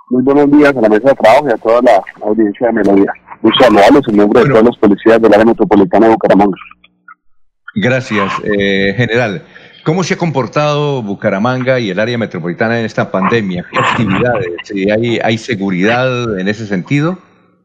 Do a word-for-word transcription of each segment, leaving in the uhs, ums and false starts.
Muy buenos días a la mesa de trabajo y a toda la audiencia de Melodía. Muy saludables en nombre de Bueno, todos los policías del área metropolitana de Bucaramanga. gracias, eh, general. ¿Cómo se ha comportado Bucaramanga y el área metropolitana en esta pandemia? ¿Qué actividades? ¿Sí ¿Hay, hay seguridad en ese sentido?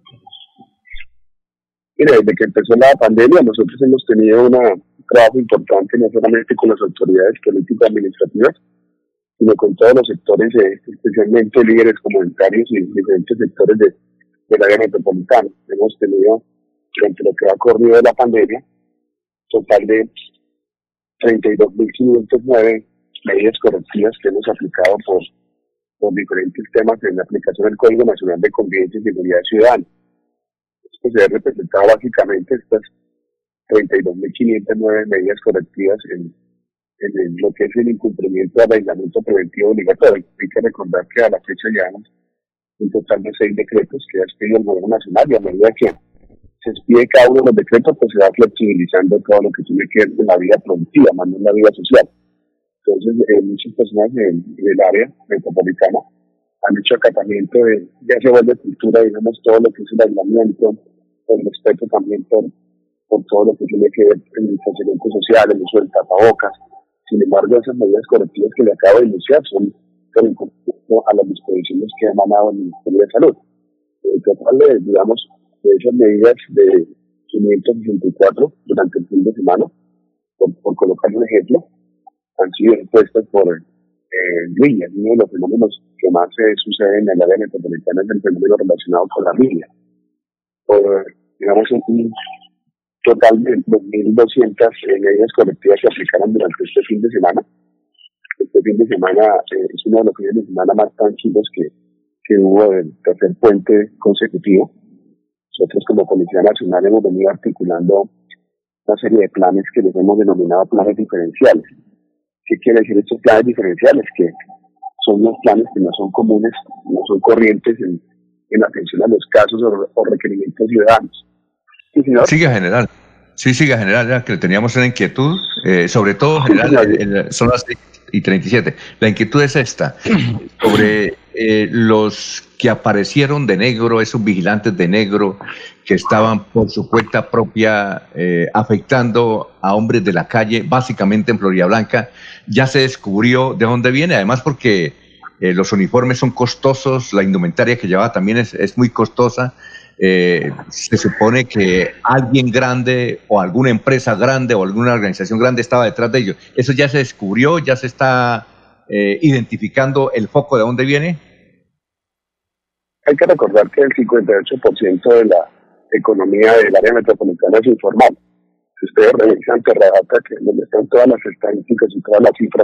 Mire, desde que empezó la pandemia nosotros hemos tenido una, un trabajo importante no solamente con las autoridades políticas administrativas, sino con todos los sectores, eh, especialmente líderes comunitarios y diferentes sectores de, del área metropolitana. Hemos tenido, durante lo que ha corrido de la pandemia, total de treinta y dos mil quinientas nueve medidas correctivas que hemos aplicado por, por diferentes temas en la aplicación del Código Nacional de Convivencia y Seguridad Ciudadana. Esto se ha representado básicamente estas treinta y dos mil quinientas nueve medidas correctivas en, en, en lo que es el incumplimiento del aislamiento preventivo obligatorio. Hay que recordar que a la fecha llevamos un total de seis decretos que ha expedido el Gobierno Nacional, y a medida que se expide cada uno de los decretos, pues se va flexibilizando todo lo que tiene que ver con la vida productiva, más no en la vida social. Entonces, eh, muchas personas en, en el área metropolitana han hecho acatamiento de, ya se vuelve cultura, digamos, todo lo que es el aislamiento, el respeto también por, por todo lo que tiene que ver con el distanciamiento social, el uso del tapabocas. Sin embargo, esas medidas correctivas que le acabo de iniciar son por incumplimiento a las disposiciones que ha emanado el Ministerio de Salud. Eh, total, de, digamos, de esas medidas de quinientas sesenta y cuatro durante el fin de semana, por, por colocar un ejemplo, han sido impuestas por eh, líneas. Uno de los fenómenos que más se eh, sucede en el área metropolitana es el fenómeno relacionado con la línea. Por, digamos, un total de dos mil doscientas eh, medidas colectivas que aplicaron durante este fin de semana. Este fin de semana eh, es uno de los fines de semana más tranquilos que, que hubo del tercer puente consecutivo. Nosotros como Policía Nacional hemos venido articulando una serie de planes que les hemos denominado planes diferenciales. ¿Qué quiere decir estos planes diferenciales? Que son los planes que no son comunes, no son corrientes en, en atención a los casos o, o requerimientos ciudadanos. ¿Sí, señor? Siga, general. Sí, siga, general, ya que teníamos una inquietud, eh, sobre todo, general, en, en, son las seis y treinta y siete. La inquietud es esta, sobre eh, los que aparecieron de negro, esos vigilantes de negro que estaban por su cuenta propia eh, afectando a hombres de la calle, básicamente en Florida Blanca. Ya se descubrió de dónde viene, además porque eh, los uniformes son costosos, la indumentaria que llevaba también es, es muy costosa. Eh, se supone que alguien grande o alguna empresa grande o alguna organización grande estaba detrás de ellos. ¿Eso ya se descubrió? ¿Ya se está eh, identificando el foco de dónde viene? Hay que recordar que el cincuenta y ocho por ciento de la economía del área metropolitana es informal. Si ustedes revisan Terradata, que donde están todas las estadísticas y todas las cifras,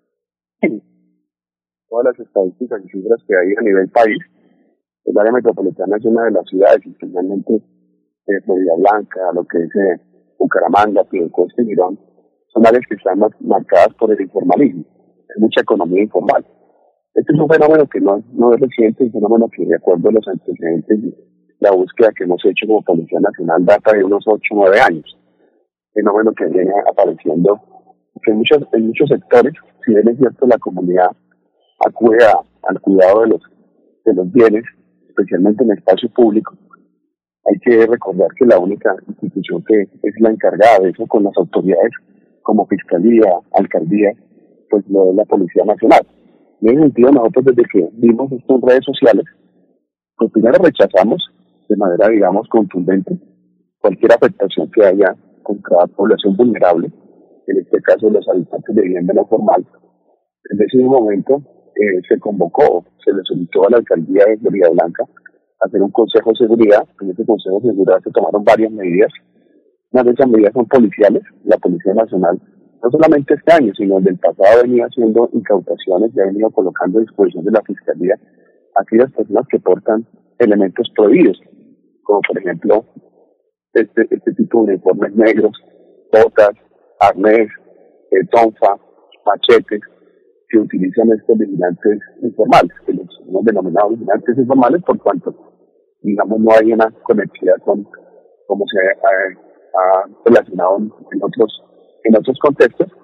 todas las estadísticas y cifras que hay a nivel país, el área metropolitana es una de las ciudades, especialmente eh, Florida Blanca, lo que es eh, Bucaramanga, Piedecuesta y Girón, son áreas que están más marcadas por el informalismo. Hay mucha economía informal. Este es un fenómeno que no, no es reciente, es un fenómeno que, de acuerdo a los antecedentes, la búsqueda que hemos hecho como Policía Nacional data de unos ocho o nueve años. Fenómeno que viene apareciendo que en muchos, en muchos sectores, si bien es cierto, la comunidad acude a, al cuidado de los, de los bienes, especialmente en el espacio público. Hay que recordar que la única institución que es la encargada de eso con las autoridades como Fiscalía, Alcaldía, pues lo es la Policía Nacional. En ese sentido, nosotros desde que vimos esto en redes sociales, pues primero rechazamos de manera, digamos, contundente cualquier afectación que haya contra la población vulnerable, en este caso los habitantes de vivienda no formal. En ese momento eh, se convocó, se le solicitó a la Alcaldía de Florida Blanca hacer un Consejo de Seguridad. En ese Consejo de Seguridad se tomaron varias medidas. Una de esas medidas son policiales. La Policía Nacional, no solamente este año, sino desde el pasado, venía haciendo incautaciones y ha venido colocando a disposición de la Fiscalía a aquellas personas que portan elementos prohibidos, como por ejemplo este, este tipo de uniformes negros, botas, arnés, eh, tonfa, machetes, que utilizan estos vigilantes informales, que los hemos denominado vigilantes informales por cuanto, digamos, no hay una conectividad con como se ha, ha relacionado en otros en otros contextos,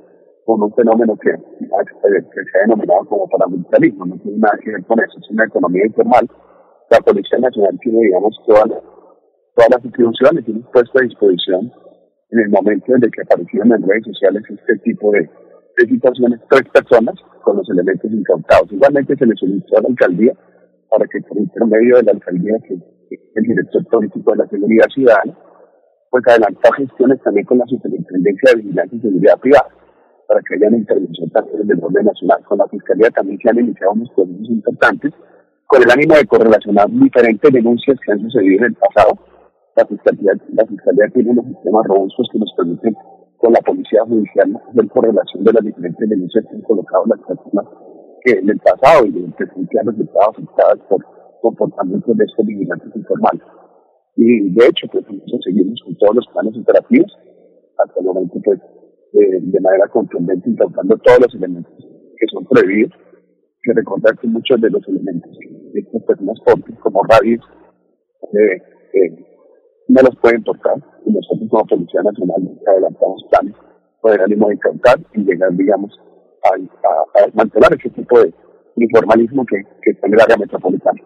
con un fenómeno que, que se ha denominado como paramilitarismo, no tiene nada que ver con eso, es una economía informal. La Policía Nacional tiene, digamos, todas las, todas las instituciones, tiene puesto a disposición en el momento en el que aparecieron en redes sociales este tipo de, de situaciones, tres personas con los elementos incautados. Igualmente se les solicitó a la alcaldía para que por intermedio de la alcaldía, que el director político de la seguridad ciudadana, pues adelantó gestiones también con la Superintendencia de Vigilancia y Seguridad Privada, para que haya una intervención también del orden nacional. Con la Fiscalía también se han iniciado unos procesos importantes, con el ánimo de correlacionar diferentes denuncias que han sucedido en el pasado. La Fiscalía, la Fiscalía tiene unos sistemas robustos que nos permiten, con la Policía Judicial, hacer correlación de las diferentes denuncias que han colocado las personas que en el pasado y en el presente han resultado afectadas por comportamientos de estos vigilantes informales. Y de hecho, pues nosotros seguimos con todos los planes operativos, hasta el momento, pues, de, de manera contundente, incautando todos los elementos que son prohibidos. Que recordar que muchos de los elementos de estas personas portan, como radios, eh, eh, no los pueden portar, y nosotros como Policía Nacional adelantamos planes con el ánimo de incautar y llegar, digamos, a, a, a desmantelar ese tipo de informalismo que, que está en el área metropolitana.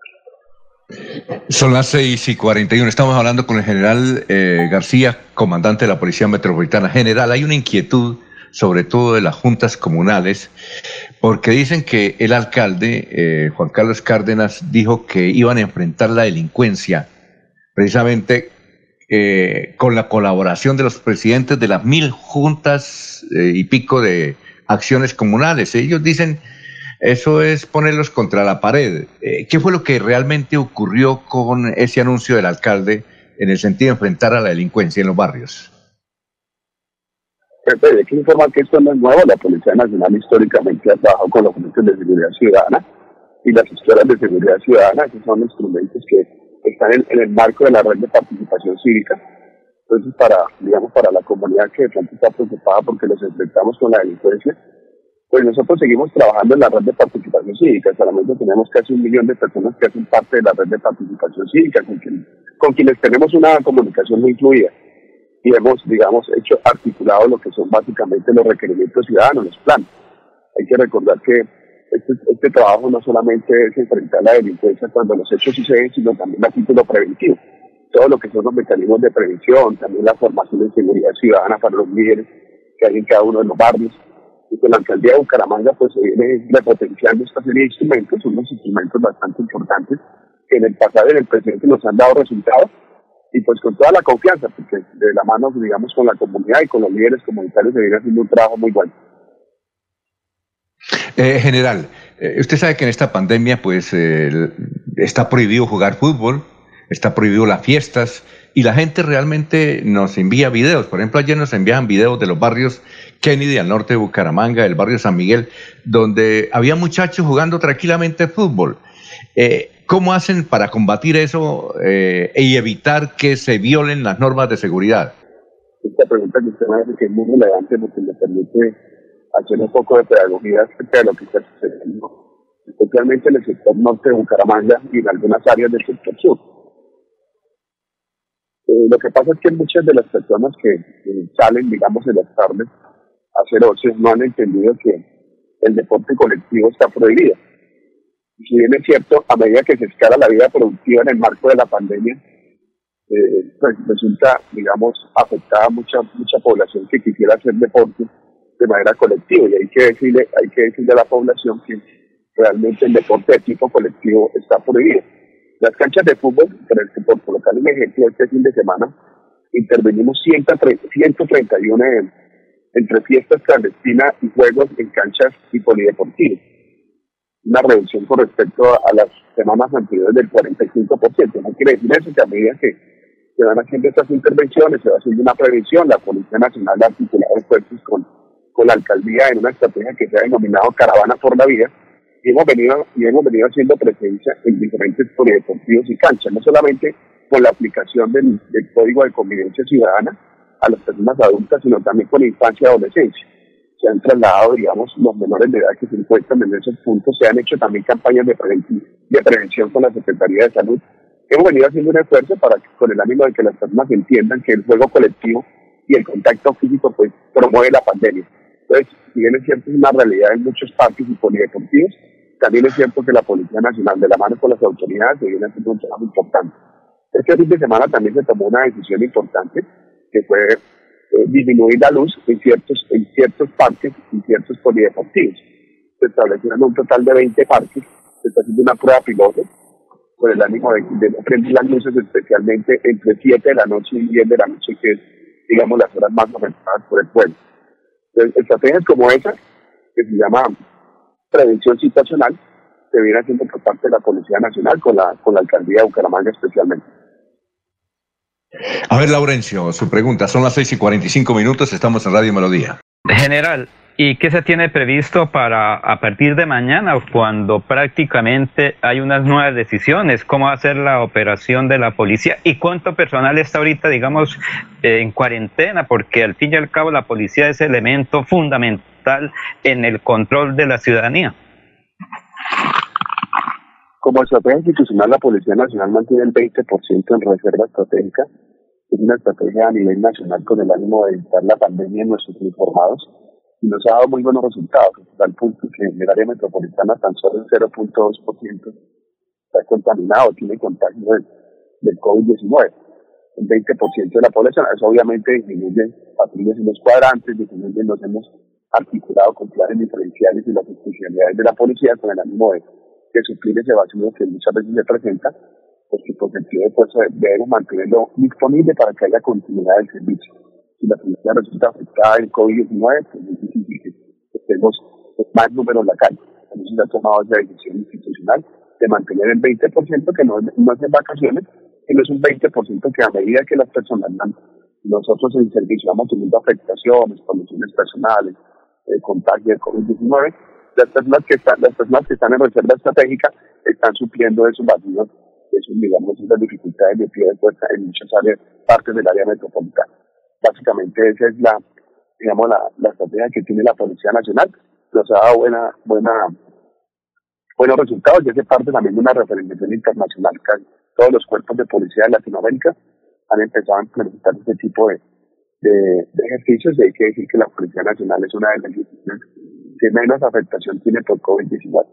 Son las seis y cuarenta y uno. Estamos hablando con el general eh, García, comandante de la Policía Metropolitana. General, hay una inquietud, sobre todo de las juntas comunales, porque dicen que el alcalde, eh, Juan Carlos Cárdenas, dijo que iban a enfrentar la delincuencia precisamente eh, con la colaboración de los presidentes de las mil juntas eh, y pico de acciones comunales. Ellos dicen, eso es ponerlos contra la pared. Eh, ¿Qué fue lo que realmente ocurrió con ese anuncio del alcalde en el sentido de enfrentar a la delincuencia en los barrios? Hay que informar que esto no es nuevo. La Policía Nacional históricamente ha trabajado con los comités de seguridad ciudadana y las escuelas de seguridad ciudadana, que son instrumentos que están en, en el marco de la red de participación cívica. Entonces, para, digamos, para la comunidad que de pronto está preocupada porque los enfrentamos con la delincuencia, pues nosotros seguimos trabajando en la red de participación cívica. Hasta el momento tenemos casi un millón de personas que hacen parte de la red de participación cívica, con, quien, con quienes tenemos una comunicación muy fluida. Y hemos, digamos, hecho articulado lo que son básicamente los requerimientos ciudadanos, los planes. Hay que recordar que este, este trabajo no solamente es enfrentar la delincuencia cuando los hechos suceden, sino también a título preventivo. Todo lo que son los mecanismos de prevención, también la formación de seguridad ciudadana para los líderes que hay en cada uno de los barrios. Y con la alcaldía de Bucaramanga pues se viene repotenciando esta serie de instrumentos, unos instrumentos bastante importantes que en el pasado y en el presente nos han dado resultados. Y pues con toda la confianza, porque de la mano, digamos, con la comunidad y con los líderes comunitarios se viene haciendo un trabajo muy bueno. Eh, general, eh, usted sabe que en esta pandemia pues eh, está prohibido jugar fútbol, está prohibido las fiestas y la gente realmente nos envía videos. Por ejemplo, ayer nos enviaban videos de los barrios Kennedy al norte de Bucaramanga, el barrio San Miguel, donde había muchachos jugando tranquilamente fútbol. Eh, ¿Cómo hacen para combatir eso eh, y evitar que se violen las normas de seguridad? Esta pregunta que usted me hace que es muy relevante porque me permite hacer un poco de pedagogía acerca de lo que está sucediendo, especialmente en el sector norte de Bucaramanga y en algunas áreas del sector sur. Eh, lo que pasa es que muchas de las personas que eh, salen, digamos, en las tardes a hacer ocio no han entendido que el deporte colectivo está prohibido. Si bien es cierto, a medida que se escala la vida productiva en el marco de la pandemia, eh, pues resulta, digamos, afectada mucha mucha población que quisiera hacer deporte de manera colectiva. Y hay que decirle, hay que decirle a la población que realmente el deporte de tipo colectivo está prohibido. Las canchas de fútbol, por, por colocar un ejemplo, este fin de semana intervenimos ciento treinta y uno en, entre fiestas clandestinas y juegos en canchas y polideportivos. Una reducción con respecto a, a las semanas anteriores del cuarenta y cinco por ciento. No quiere decir eso, que a medida que se van haciendo estas intervenciones, se va haciendo una prevención. La Policía Nacional ha articulado esfuerzos con, con la alcaldía en una estrategia que se ha denominado Caravana por la Vida, y hemos venido, y hemos venido haciendo presencia en diferentes polideportivos y canchas, no solamente con la aplicación del, del Código de Convivencia Ciudadana a las personas adultas, sino también con la infancia y adolescencia. Se han trasladado, digamos, los menores de edad que se encuentran en esos puntos, se han hecho también campañas de, preven- de prevención con la Secretaría de Salud. Hemos venido haciendo un esfuerzo para que, con el ánimo de que las personas entiendan que el juego colectivo y el contacto físico pues promueve la pandemia. Entonces, si bien es cierto, es una realidad en muchos parques y polideportivos, también es cierto que la Policía Nacional, de la mano con las autoridades, se viene haciendo un trabajo importante. Este fin de semana también se tomó una decisión importante, que fue eh, disminuir la luz en ciertos, en ciertos parques y ciertos polideportivos. Se establecieron un total de veinte parques, se está haciendo una prueba piloto, con el ánimo de, de no prender las luces, especialmente entre siete de la noche y diez de la noche, que es, digamos, las horas más afectadas por el fuego. Entonces, estrategias como esa, que se llama prevención situacional, se viene haciendo por parte de la Policía Nacional con la, con la Alcaldía de Bucaramanga especialmente. A ver, Laurencio, su pregunta. Son las seis y cuarenta y cinco minutos, estamos en Radio Melodía. General, ¿y qué se tiene previsto para a partir de mañana, cuando prácticamente hay unas nuevas decisiones? ¿Cómo va a ser la operación de la policía? ¿Y cuánto personal está ahorita, digamos, eh, en cuarentena? Porque al fin y al cabo la policía es elemento fundamental en el control de la ciudadanía. Como estrategia institucional, la Policía Nacional mantiene el veinte por ciento en reserva estratégica. Es una estrategia a nivel nacional con el ánimo de evitar la pandemia en nuestros uniformados y nos ha dado muy buenos resultados, hasta el punto que en el área metropolitana tan solo el cero punto dos por ciento está contaminado, tiene contagio del, del COVID diecinueve. El veinte por ciento de la población, eso obviamente disminuye patrullas en los cuadrantes, disminuye, nos hemos articulado con planes diferenciales y las especialidades de la policía con el ánimo de de suplir ese vacío que muchas veces se presenta, porque por sentido pues debemos mantenerlo disponible para que haya continuidad del servicio. Si la policía resulta afectada del COVID diecinueve, pues es difícil que estemos más números en la calle. Entonces se ha tomado esa decisión institucional de mantener el veinte por ciento, que no, no es en vacaciones, sino es un veinte por ciento que a medida que las personas dan, nosotros en servicio vamos teniendo afectaciones, condiciones personales, eh, contagio de COVID diecinueve, las personas que están, las personas que están en reserva estratégica están supliendo esos vacíos, esos, digamos, esas dificultades de pie de fuerza en muchas áreas, partes del área metropolitana. Básicamente esa es la, digamos, la, la estrategia que tiene la Policía Nacional. Nos ha dado buena, buena, buenos resultados y hace parte también de una referenciación internacional. Todos los cuerpos de policía de Latinoamérica han empezado a implementar este tipo de, de, de ejercicios y hay que decir que la Policía Nacional es una de las instituciones que menos afectación tiene por COVID diecinueve.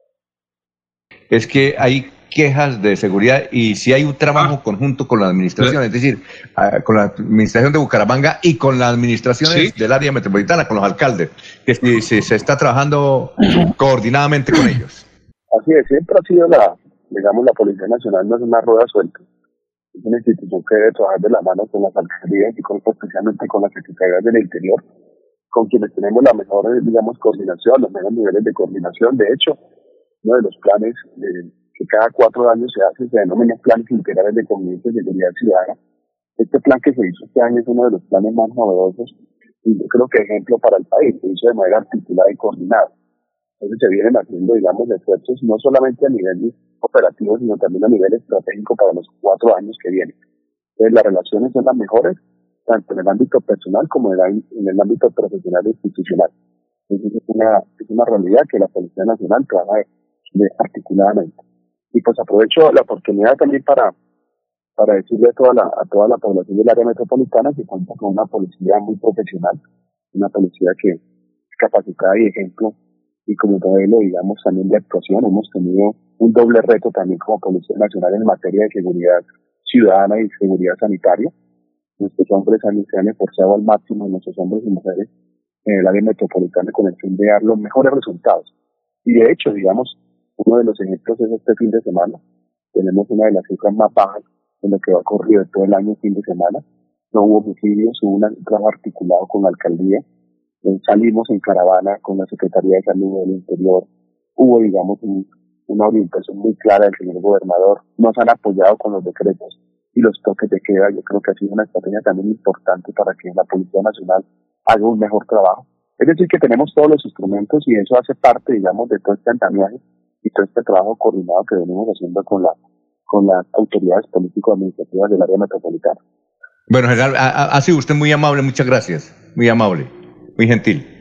Es que hay quejas de seguridad y si hay un trabajo ah. conjunto con la administración, es decir, uh, con la administración de Bucaramanga y con las administraciones ¿Sí? del área metropolitana, con los alcaldes, que si, si se está trabajando coordinadamente con ellos. Así es, siempre ha sido la, digamos, la Policía Nacional no es una rueda suelta, es una institución que debe trabajar de la mano con las alcaldías y con, especialmente con las secretarías del Interior, con quienes tenemos la mejor, digamos, coordinación, los mejores niveles de coordinación. De hecho, uno de los planes de, que cada cuatro años se hace se denomina planes integrales de convivencia y seguridad ciudadana. Este plan que se hizo este año es uno de los planes más novedosos y yo creo que ejemplo para el país, se hizo de manera articulada y coordinada. Entonces se vienen haciendo, digamos, esfuerzos no solamente a nivel operativo, sino también a nivel estratégico para los cuatro años que vienen. Entonces las relaciones son las mejores, tanto en el ámbito personal como en el, en el ámbito profesional e institucional. Entonces es una, es una realidad que la Policía Nacional trabaja de, articuladamente. Y pues aprovecho la oportunidad también para, para decirle a toda, la, a toda la población del área metropolitana que cuenta con una policía muy profesional, una policía que es capacitada y ejemplo, y como modelo, digamos, también de actuación. Hemos tenido un doble reto también como Policía Nacional en materia de seguridad ciudadana y seguridad sanitaria. Nuestros hombres han, se han esforzado al máximo, nuestros hombres y mujeres en el área metropolitana con el fin de dar los mejores resultados. Y de hecho, digamos, uno de los ejemplos es este fin de semana. Tenemos una de las cifras más bajas en lo que va ocurrido todo el año fin de semana. No hubo homicidios, hubo un trabajo articulado con la alcaldía. Eh, salimos en caravana con la Secretaría de Salud del Interior. Hubo, digamos, un, una orientación muy clara del señor gobernador. Nos han apoyado con los decretos y los toques de queda. Yo creo que ha sido una estrategia también importante para que la Policía Nacional haga un mejor trabajo. Es decir, que tenemos todos los instrumentos y eso hace parte, digamos, de todo este andamiaje y todo este trabajo coordinado que venimos haciendo con la con las autoridades político-administrativas del área metropolitana. Bueno, general, ha, ha sido usted muy amable, muchas gracias, muy amable, muy gentil.